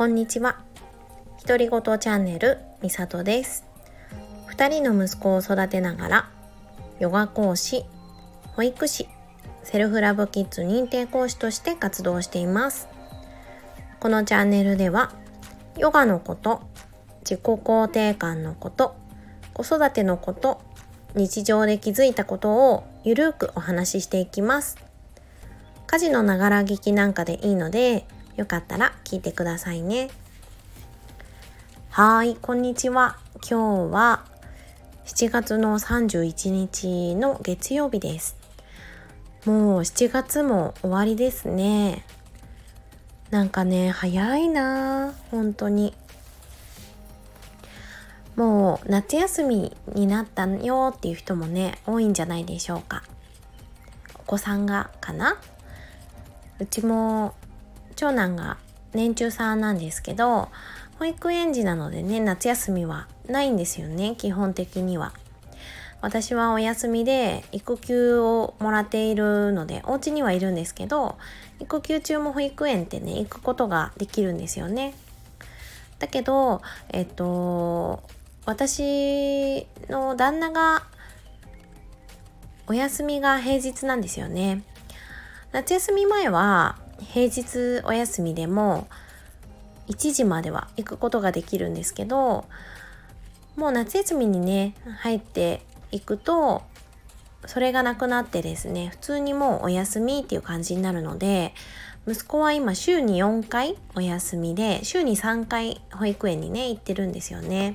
こんにちは。独り言チャンネルみさとです。2人の息子を育てながらヨガ講師、保育士、セルフラブキッズ認定講師として活動しています。このチャンネルではヨガのこと、自己肯定感のこと、子育てのこと、日常で気づいたことをゆるくお話ししていきます。家事のながら聞きなんかでいいので、よかったら聞いてくださいね。はい、こんにちは。今日は7月の31日の月曜日です。もう7月も終わりですね。なんかね、早いな、本当に。もう夏休みになったよっていう人もね、多いんじゃないでしょうか。お子さんがかな？うちも長男が年中さんなんですけど、保育園児なのでね、夏休みはないんですよね、基本的には。私はお休みで育休をもらっているので、お家にはいるんですけど、育休中も保育園ってね、行くことができるんですよね。だけど、私の旦那がお休みが平日なんですよね。夏休み前は平日お休みでも1時までは行くことができるんですけど、もう夏休みにね入っていくとそれがなくなってですね、普通にもうお休みっていう感じになるので、息子は今週に4回お休みで、週に3回保育園にね行ってるんですよね。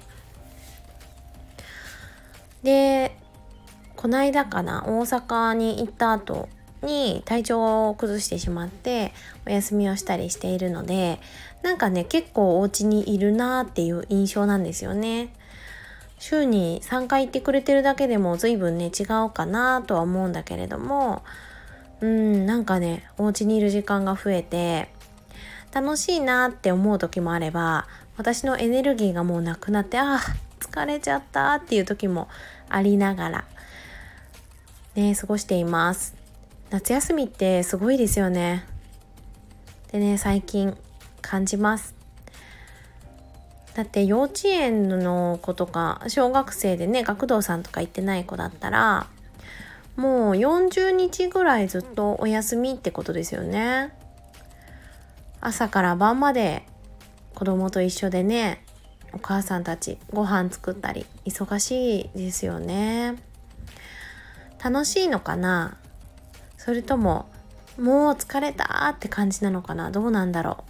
で、こないだかな、大阪に行った後に体調を崩してしまってお休みをしたりしているので、なんかね結構お家にいるなっていう印象なんですよね。週に3回行ってくれてるだけでも随分ね違うかなとは思うんだけれども、なんかねお家にいる時間が増えて楽しいなって思う時もあれば、私のエネルギーがもうなくなって疲れちゃったっていう時もありながらね過ごしています。夏休みってすごいですよね。でね、最近感じます。だって幼稚園の子とか小学生でね学童さんとか行ってない子だったらもう40日ぐらいずっとお休みってことですよね。朝から晩まで子供と一緒でね、お母さんたちご飯作ったり忙しいですよね。楽しいのかな、それとももう疲れたって感じなのかな、どうなんだろう。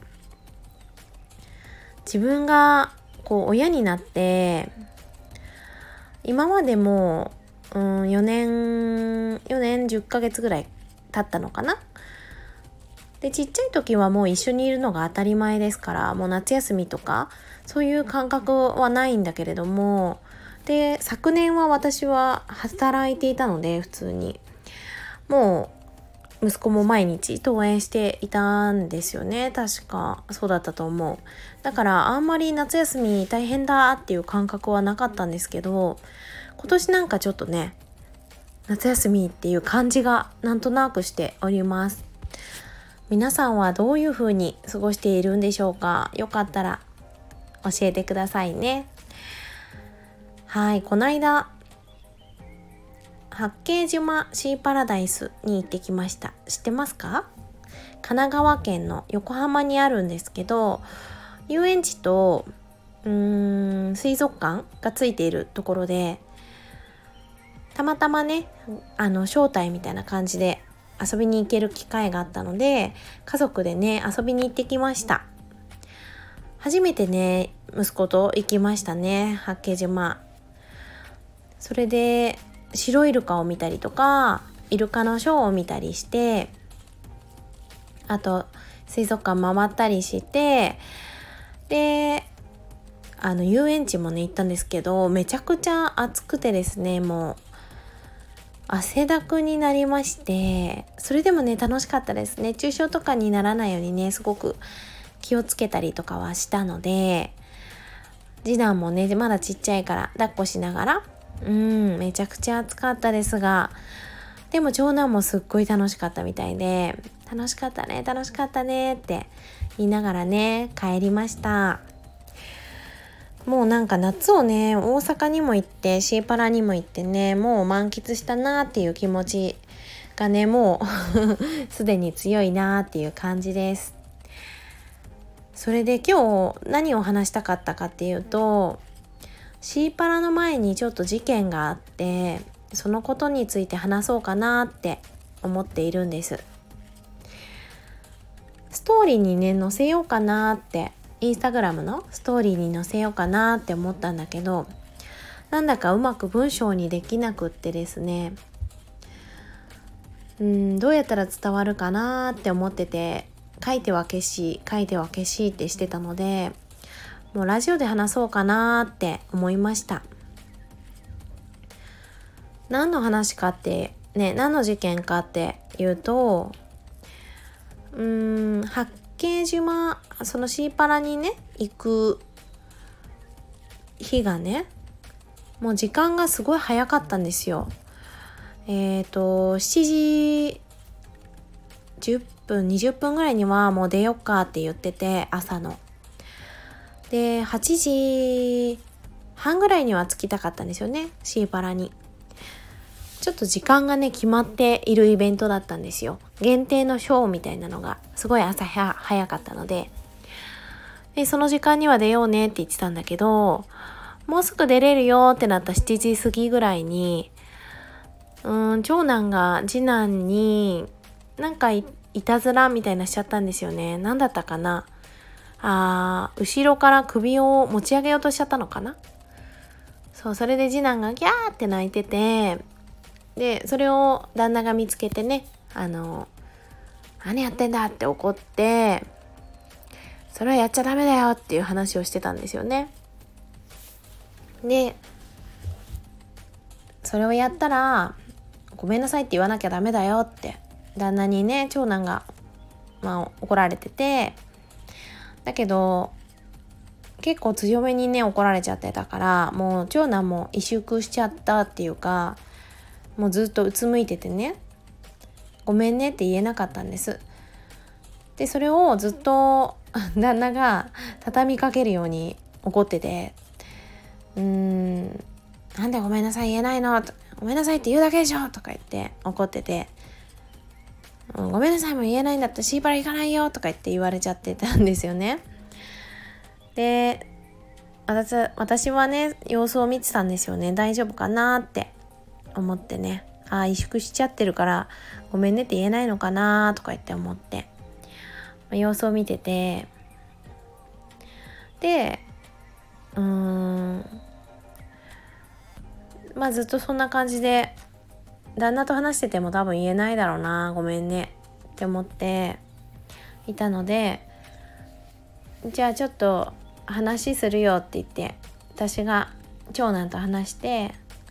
自分が親になって今までも4年10ヶ月ぐらい経ったのかな。で、ちっちゃい時はもう一緒にいるのが当たり前ですから、もう夏休みとかそういう感覚はないんだけれども、で昨年は私は働いていたので、普通にもう息子も毎日登園していたんですよね。確かそうだったと思う。だからあんまり夏休み大変だっていう感覚はなかったんですけど、今年なんかちょっとね夏休みっていう感じがなんとなくしております。皆さんはどういう風に過ごしているんでしょうか。よかったら教えてくださいね。はい、この間八景島シーパラダイスに行ってきました。知ってますか？神奈川県の横浜にあるんですけど、遊園地と水族館がついているところで、たまたまね招待みたいな感じで遊びに行ける機会があったので、家族でね遊びに行ってきました。初めてね息子と行きましたね、八景島。それで白イルカを見たりとか、イルカのショーを見たりして、あと水族館回ったりして、で遊園地もね行ったんですけど、めちゃくちゃ暑くてですね、もう汗だくになりまして、それでもね楽しかったです。熱中症とかにならないようにねすごく気をつけたりとかはしたので、次男もねまだちっちゃいから抱っこしながらめちゃくちゃ暑かったですが、でも長男もすっごい楽しかったみたいで、楽しかったねって言いながらね帰りました。もうなんか夏をね大阪にも行ってシーパラにも行ってねもう満喫したなっていう気持ちがねもうすでに強いなっていう感じです。それで今日何を話したかったかっていうと、シーパラの前にちょっと事件があって、そのことについて話そうかなって思っているんです。ストーリーにね載せようかなって、インスタグラムのストーリーに載せようかなって思ったんだけど、なんだかうまく文章にできなくってですね、どうやったら伝わるかなって思ってて、書いては消しってしてたので、もうラジオで話そうかなって思いました。何の話かってね、何の事件かっていうと、八景島、そのシーパラにね行く日がね、もう時間がすごい早かったんですよ。7時10分20分ぐらいにはもう出よっかって言ってて、朝ので8時半ぐらいには着きたかったんですよね、シーパラに。ちょっと時間がね決まっているイベントだったんですよ。限定のショーみたいなのがすごい朝早かったので、その時間には出ようねって言ってたんだけど、もうすぐ出れるよってなった7時過ぎぐらいに長男が次男になんかいたずらみたいなしちゃったんですよね。なんだったかな、後ろから首を持ち上げようとしちゃったのかな。そう、それで次男がギャーって泣いてて、でそれを旦那が見つけてね、何やってんだって怒って、それはやっちゃダメだよっていう話をしてたんですよね。でそれをやったらごめんなさいって言わなきゃダメだよって旦那にね長男が、怒られてて、だけど結構強めにね怒られちゃってたから、もう長男も萎縮しちゃったっていうか、もうずっとうつむいててね、ごめんねって言えなかったんです。でそれをずっと旦那が畳みかけるように怒ってて、なんでごめんなさい言えないの、ごめんなさいって言うだけでしょとか言って怒ってて、ごめんなさいも言えないんだったらシーパラ行かないよとか言って言われちゃってたんですよね。で私はね様子を見てたんですよね。大丈夫かなって思ってね、萎縮しちゃってるからごめんねって言えないのかなとか言って思って、様子を見てて、でずっとそんな感じで旦那と話してても多分言えないだろうな、ごめんねって思っていたので、じゃあちょっと話するよって言って私が長男と話して、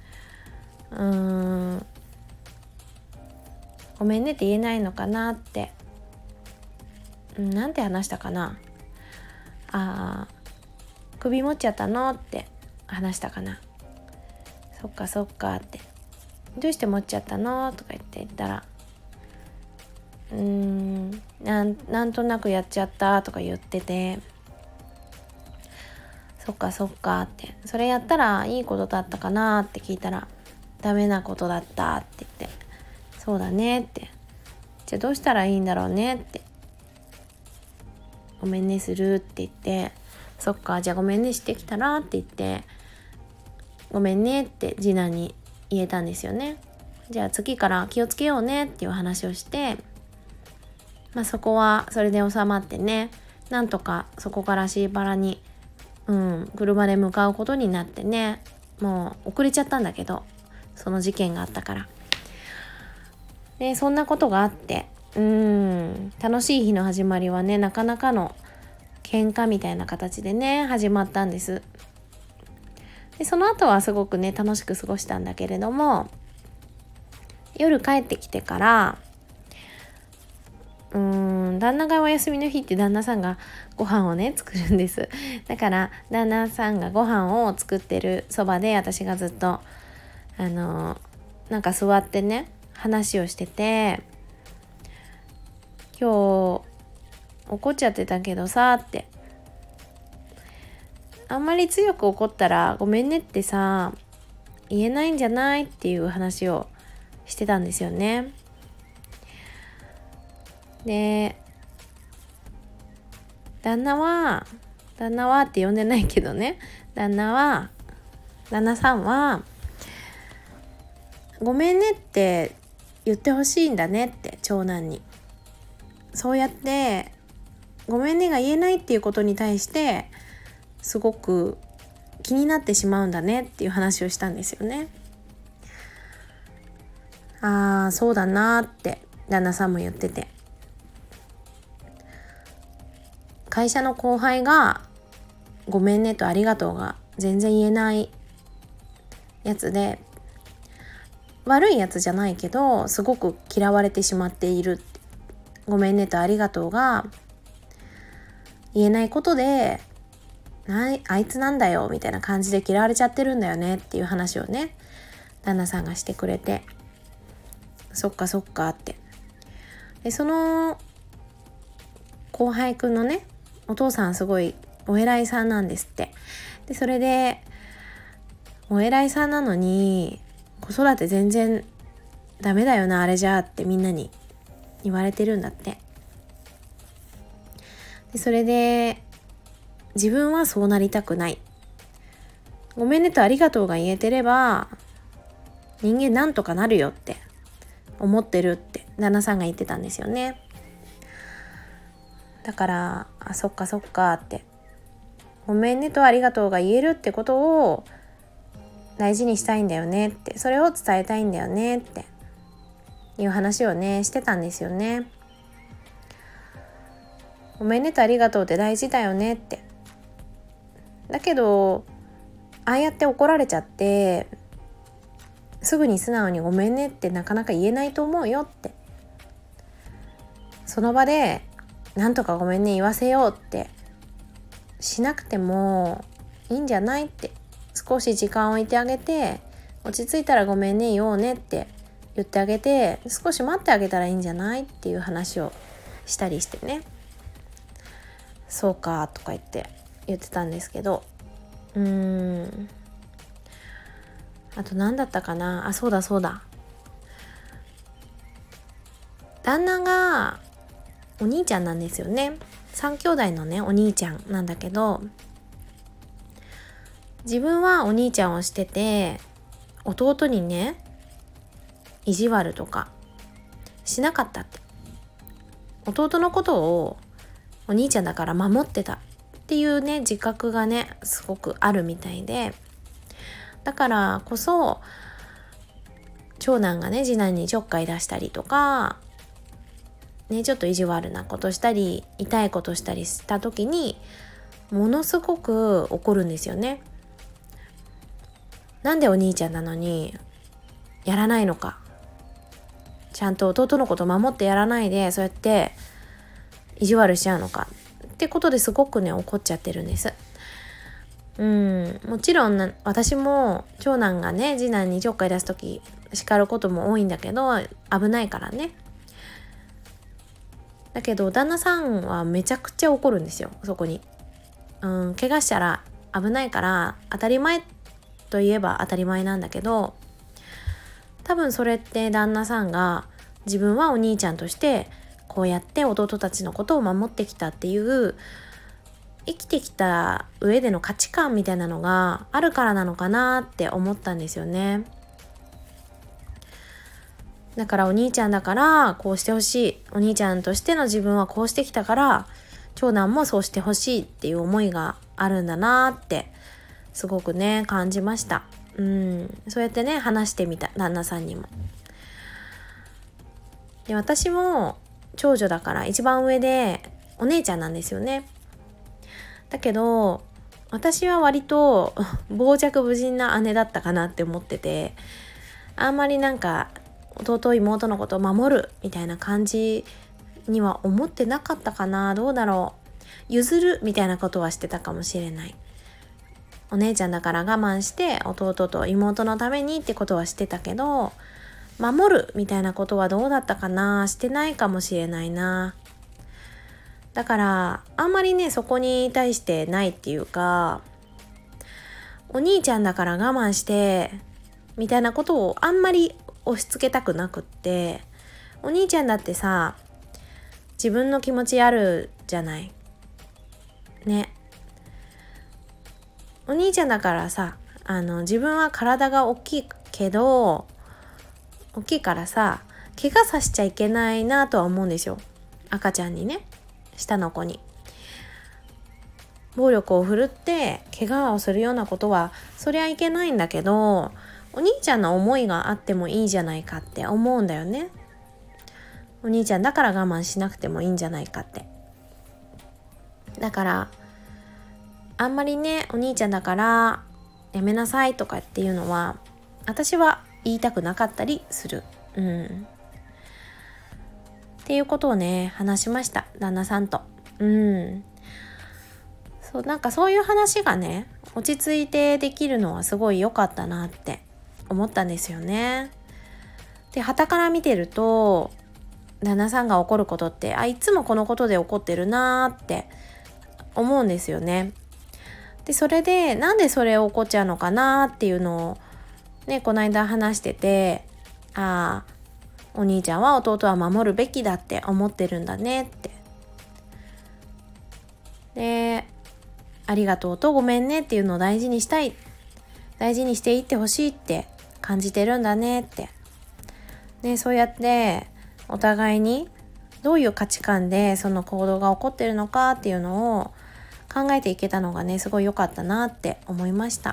ごめんねって言えないのかなって、なんて話したかな、首持っちゃったのって話したかな。そっかそっかって、どうして持っちゃったのとか言ったら、なんとなくやっちゃったとか言ってて、そっかそっかって、それやったらいいことだったかなって聞いたら、ダメなことだったって言って、そうだねって、じゃあどうしたらいいんだろうねって、ごめんねするって言って、そっかじゃあごめんねしてきたらって言って、ごめんねって次男に言えたんですよね。じゃあ次から気をつけようねっていう話をして、そこはそれで収まってね、なんとかそこからシーパラに車で向かうことになってね、もう遅れちゃったんだけど、その事件があったから。でそんなことがあって、楽しい日の始まりはね、なかなかの喧嘩みたいな形でね始まったんです。でその後はすごくね楽しく過ごしたんだけれども、夜帰ってきてから旦那がお休みの日って旦那さんがご飯をね作るんです。だから旦那さんがご飯を作ってるそばで私がずっとなんか座ってね話をしてて、今日怒っちゃってたけどさって、あんまり強く怒ったらごめんねってさ言えないんじゃないっていう話をしてたんですよね。で旦那はって呼んでないけどね、旦那さんはごめんねって言ってほしいんだねって、長男にそうやってごめんねが言えないっていうことに対してすごく気になってしまうんだねっていう話をしたんですよね。ああそうだなって旦那さんも言ってて、会社の後輩がごめんねとありがとうが全然言えないやつで、悪いやつじゃないけどすごく嫌われてしまっているって、ごめんねとありがとうが言えないことであいつなんだよみたいな感じで嫌われちゃってるんだよねっていう話をね旦那さんがしてくれて、そっかそっかって。でその後輩くんのねお父さんすごいお偉いさんなんですって。でそれでお偉いさんなのに子育て全然ダメだよなあれじゃってみんなに言われてるんだって。でそれで自分はそうなりたくない、ごめんねとありがとうが言えてれば人間なんとかなるよって思ってるって旦那さんが言ってたんですよね。だからそっかそっかって、ごめんねとありがとうが言えるってことを大事にしたいんだよねって、それを伝えたいんだよねっていう話をねしてたんですよね。ごめんねとありがとうって大事だよねって。だけどああやって怒られちゃってすぐに素直にごめんねってなかなか言えないと思うよって、その場でなんとかごめんね言わせようってしなくてもいいんじゃないって、少し時間を置いてあげて落ち着いたらごめんね言おうねって言ってあげて少し待ってあげたらいいんじゃないっていう話をしたりしてね、そうかとか言ってたんですけど、あと何だったかな、そうだ旦那がお兄ちゃんなんですよね。3兄弟のねお兄ちゃんなんだけど、自分はお兄ちゃんをしてて弟にね意地悪とかしなかったって、弟のことをお兄ちゃんだから守ってたっていうね自覚がねすごくあるみたいで、だからこそ長男がね次男にちょっかい出したりとかね、ちょっと意地悪なことしたり痛いことしたりした時にものすごく怒るんですよね。なんでお兄ちゃんなのにやらないのか、ちゃんと弟のこと守ってやらないでそうやって意地悪しちゃうのかってことですごくね怒っちゃってるんです。もちろん私も長男がね次男にちょっかい出す時叱ることも多いんだけど危ないからね。だけど旦那さんはめちゃくちゃ怒るんですよ、そこに。怪我したら危ないから当たり前といえば当たり前なんだけど、多分それって旦那さんが自分はお兄ちゃんとしてこうやって弟たちのことを守ってきたっていう生きてきた上での価値観みたいなのがあるからなのかなって思ったんですよね。だからお兄ちゃんだからこうしてほしい、お兄ちゃんとしての自分はこうしてきたから長男もそうしてほしいっていう思いがあるんだなってすごくね感じました。そうやってね話してみた旦那さんにも。で私も長女だから一番上でお姉ちゃんなんですよね。だけど私は割と傍若無人な姉だったかなって思ってて、あんまりなんか弟妹のことを守るみたいな感じには思ってなかったかな。どうだろう、譲るみたいなことはしてたかもしれない。お姉ちゃんだから我慢して弟と妹のためにってことはしてたけど、守るみたいなことはどうだったかな、してないかもしれないな。 だからあんまりねそこに対してないっていうか、お兄ちゃんだから我慢してみたいなことをあんまり押し付けたくなくって、お兄ちゃんだってさ自分の気持ちあるじゃないね。お兄ちゃんだからさ、自分は体が大きいけど、大きいからさ怪我させちゃいけないなとは思うんですよ。赤ちゃんにね、下の子に暴力を振るって怪我をするようなことはそりゃいけないんだけど、お兄ちゃんの思いがあってもいいじゃないかって思うんだよね。お兄ちゃんだから我慢しなくてもいいんじゃないかって。だからあんまりね、お兄ちゃんだからやめなさいとかっていうのは私は言いたくなかったりする。っていうことをね話しました、旦那さんと。そう、なんかそういう話がね落ち着いてできるのはすごい良かったなって思ったんですよね。で、傍から見てると旦那さんが怒ることっていつもこのことで怒ってるなって思うんですよね。で、それでなんでそれを怒っちゃうのかなっていうのをね、この間話してて、お兄ちゃんは弟は守るべきだって思ってるんだねって。で、ありがとうとごめんねっていうのを大事にしたい、大事にしていってほしいって感じてるんだねって。ね、そうやってお互いにどういう価値観でその行動が起こってるのかっていうのを考えていけたのがねすごい良かったなって思いました。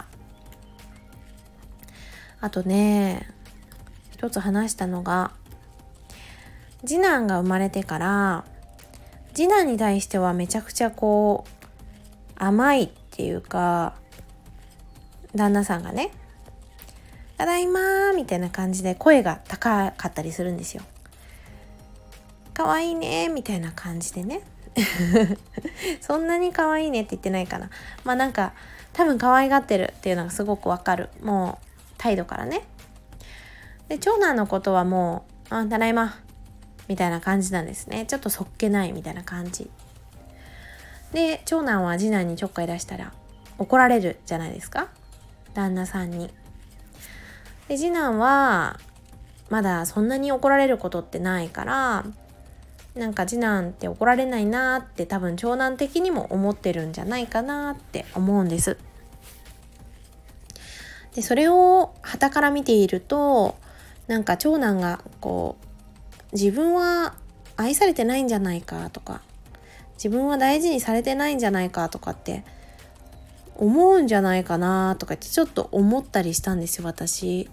あとね、一つ話したのが、次男が生まれてから次男に対してはめちゃくちゃこう甘いっていうか、旦那さんがねただいまーみたいな感じで声が高かったりするんですよ。かわいいねみたいな感じでねそんなにかわいいねって言ってないかな。なんか多分可愛がってるっていうのがすごくわかる、もう態度からね。で、長男のことはもうただいまみたいな感じなんですね。ちょっとそっけないみたいな感じで、長男は次男にちょっかい出したら怒られるじゃないですか、旦那さんに。で、次男はまだそんなに怒られることってないから、なんか次男って怒られないなって多分長男的にも思ってるんじゃないかなって思うんです。で、それを傍から見ていると、なんか長男がこう自分は愛されてないんじゃないかとか、自分は大事にされてないんじゃないかとかって思うんじゃないかなとかってちょっと思ったりしたんですよ、私。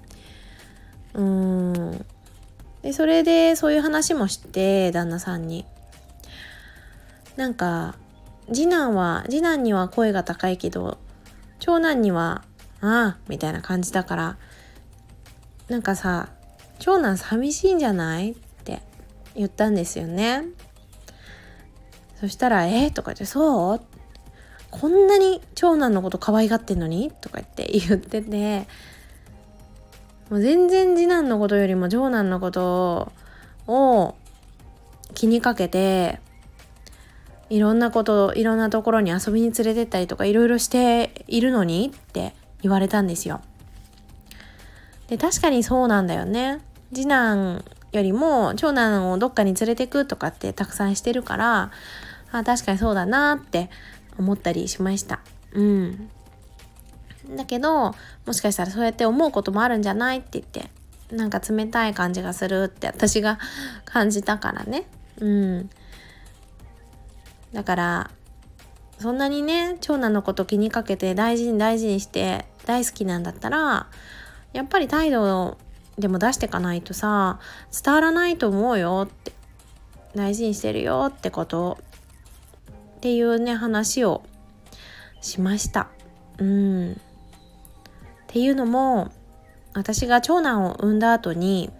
で、それでそういう話もして旦那さんに、なんか次男には声が高いけど長男にはみたいな感じだから、なんかさ、長男寂しいんじゃないって言ったんですよね。そしたらとか言って、そうこんなに長男のこと可愛がってんのにとか言ってて、もう全然次男のことよりも長男のことを気にかけて、いろんなところに遊びに連れてったりとかいろいろしているのにって言われたんですよ。で、確かにそうなんだよね。次男よりも長男をどっかに連れてくとかってたくさんしてるから、確かにそうだなって思ったりしました。だけどもしかしたらそうやって思うこともあるんじゃないって言って、なんか冷たい感じがするって私が感じたからね。だからそんなにね長男のこと気にかけて大事にして大好きなんだったら、やっぱり態度でも出していかないとさ伝わらないと思うよって、大事にしてるよってことっていうね話をしました。っていうのも、私が長男を産んだ後に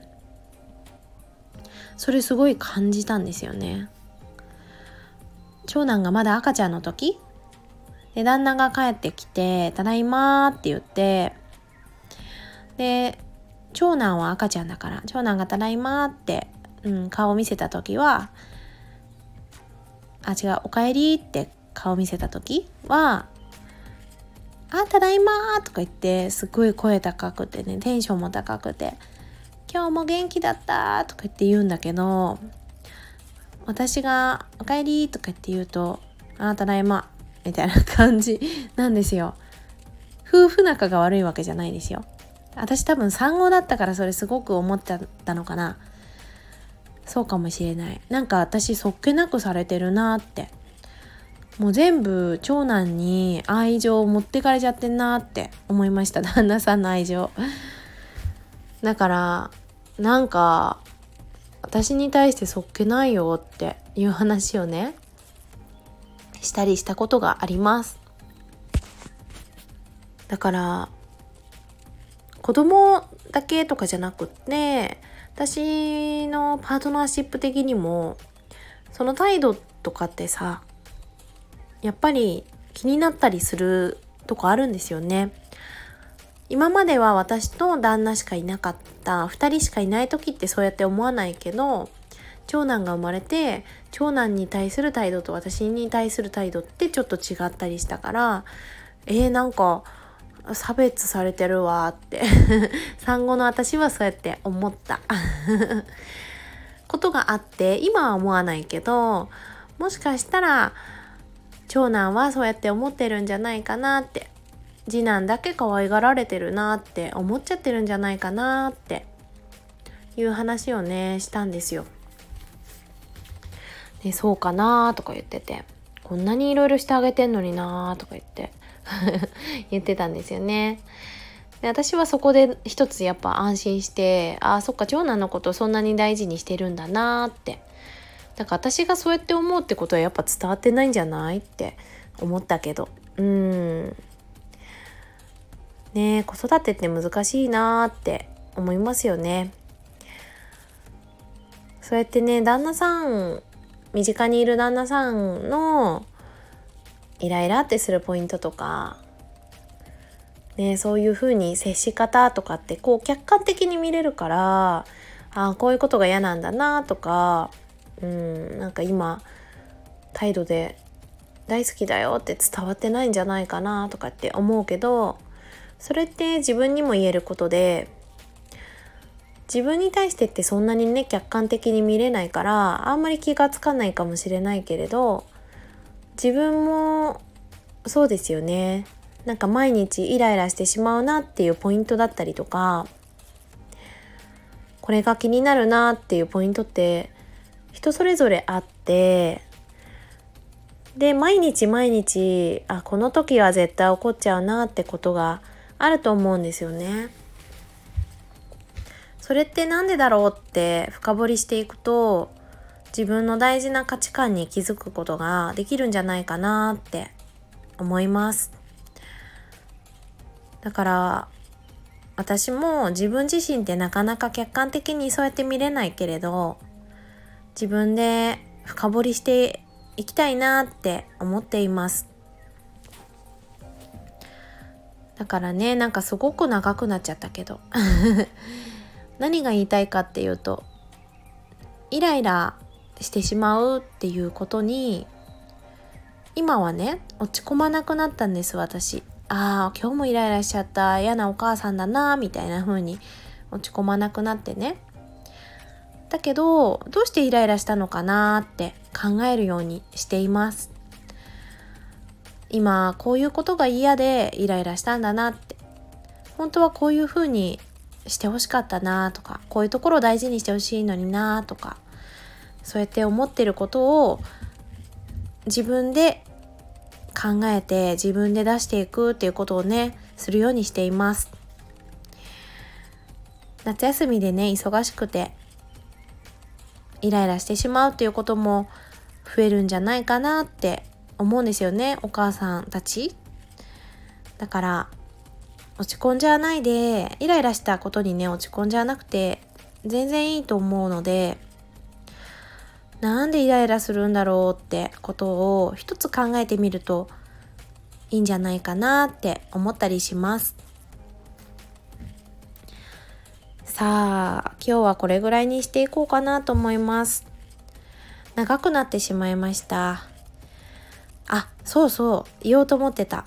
それすごい感じたんですよね。長男がまだ赤ちゃんの時で、旦那が帰ってきてただいまって言って、で長男は赤ちゃんだから長男がただいまって、顔を見せた時はおかえりって顔見せた時は、ただいまーとか言ってすごい声高くてね、テンションも高くて、今日も元気だったとか言って言うんだけど、私がおかえりとか言って言うと、ただいまみたいな感じなんですよ。夫婦仲が悪いわけじゃないですよ。私多分産後だったからそれすごく思っちゃったのかな。そうかもしれない。なんか私そっけなくされてるなって、もう全部長男に愛情を持ってかれちゃってんなって思いました。旦那さんの愛情だから、なんか私に対してそっけないよっていう話をねしたりしたことがあります。だから子供だけとかじゃなくって、私のパートナーシップ的にもその態度とかってさ、やっぱり気になったりするとこあるんですよね。今までは私と旦那しかいなかった、2人しかいない時ってそうやって思わないけど、長男が生まれて長男に対する態度と私に対する態度ってちょっと違ったりしたから、なんか差別されてるわって産後の私はそうやって思ったことがあって、今は思わないけど、もしかしたら長男はそうやって思ってるんじゃないかなって、次男だけ可愛がられてるなって思っちゃってるんじゃないかなっていう話をねしたんですよ。で、そうかなとか言ってて、こんなにいろいろしてあげてんのになとか言って言ってたんですよね。で、私はそこで一つやっぱ安心して、そっか、長男のことをそんなに大事にしてるんだなって、だから私がそうやって思うってことはやっぱ伝わってないんじゃないって思ったけど、ね、子育てって難しいなって思いますよね。そうやってね、旦那さん、身近にいる旦那さんのイライラってするポイントとか、ね、そういう風に接し方とかってこう客観的に見れるから、こういうことが嫌なんだなとか、なんか今態度で大好きだよって伝わってないんじゃないかなとかって思うけど、それって自分にも言えることで、自分に対してってそんなにね客観的に見れないからあんまり気がつかないかもしれないけれど、自分もそうですよね。なんか毎日イライラしてしまうなっていうポイントだったりとか、これが気になるなっていうポイントって人それぞれあって、で毎日毎日この時は絶対起こっちゃうなってことがあると思うんですよね。それってなんでだろうって深掘りしていくと、自分の大事な価値観に気づくことができるんじゃないかなって思います。だから私も自分自身ってなかなか客観的にそうやって見れないけれど、自分で深掘りしていきたいなって思っています。だからね、なんかすごく長くなっちゃったけど何が言いたいかっていうと、イライラしてしまうっていうことに今はね落ち込まなくなったんです。私今日もイライラしちゃった、嫌なお母さんだなみたいな風に落ち込まなくなってね。だけどどうしてイライラしたのかなって考えるようにしています。今こういうことが嫌でイライラしたんだなって、本当はこういう風にしてほしかったなとか、こういうところを大事にしてほしいのになとか、そうやって思ってることを自分で考えて自分で出していくっていうことをねするようにしています。夏休みでね忙しくてイライラしてしまうっていうことも増えるんじゃないかなって思うんですよね、お母さんたち。だから落ち込んじゃわないで、イライラしたことにね落ち込んじゃわなくて全然いいと思うので、なんでイライラするんだろうってことを一つ考えてみるといいんじゃないかなって思ったりします。さあ今日はこれぐらいにしていこうかなと思います。 長くなってしまいました。そうそう、言おうと思ってた。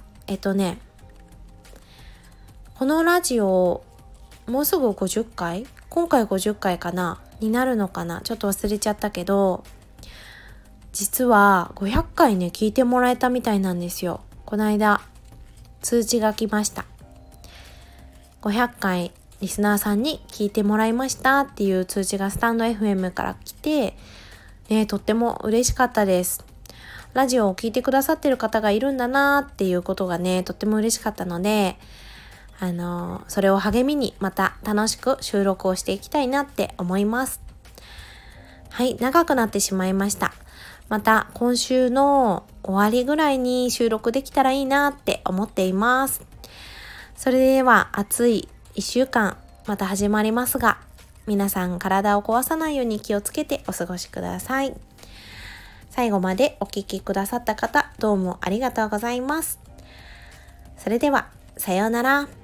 このラジオ、もうすぐ50回？今回50回かなになるのかな、ちょっと忘れちゃったけど、実は500回ね、聞いてもらえたみたいなんですよ。この間、通知が来ました。500回リスナーさんに聞いてもらいましたっていう通知がスタンド FM から来て、とっても嬉しかったです。ラジオを聞いてくださってる方がいるんだなっていうことがね、とっても嬉しかったので、それを励みにまた楽しく収録をしていきたいなって思います。はい、長くなってしまいました。また今週の終わりぐらいに収録できたらいいなって思っています。それでは暑い1週間また始まりますが、皆さん体を壊さないように気をつけてお過ごしください。最後までお聞きくださった方、どうもありがとうございます。それでは、さようなら。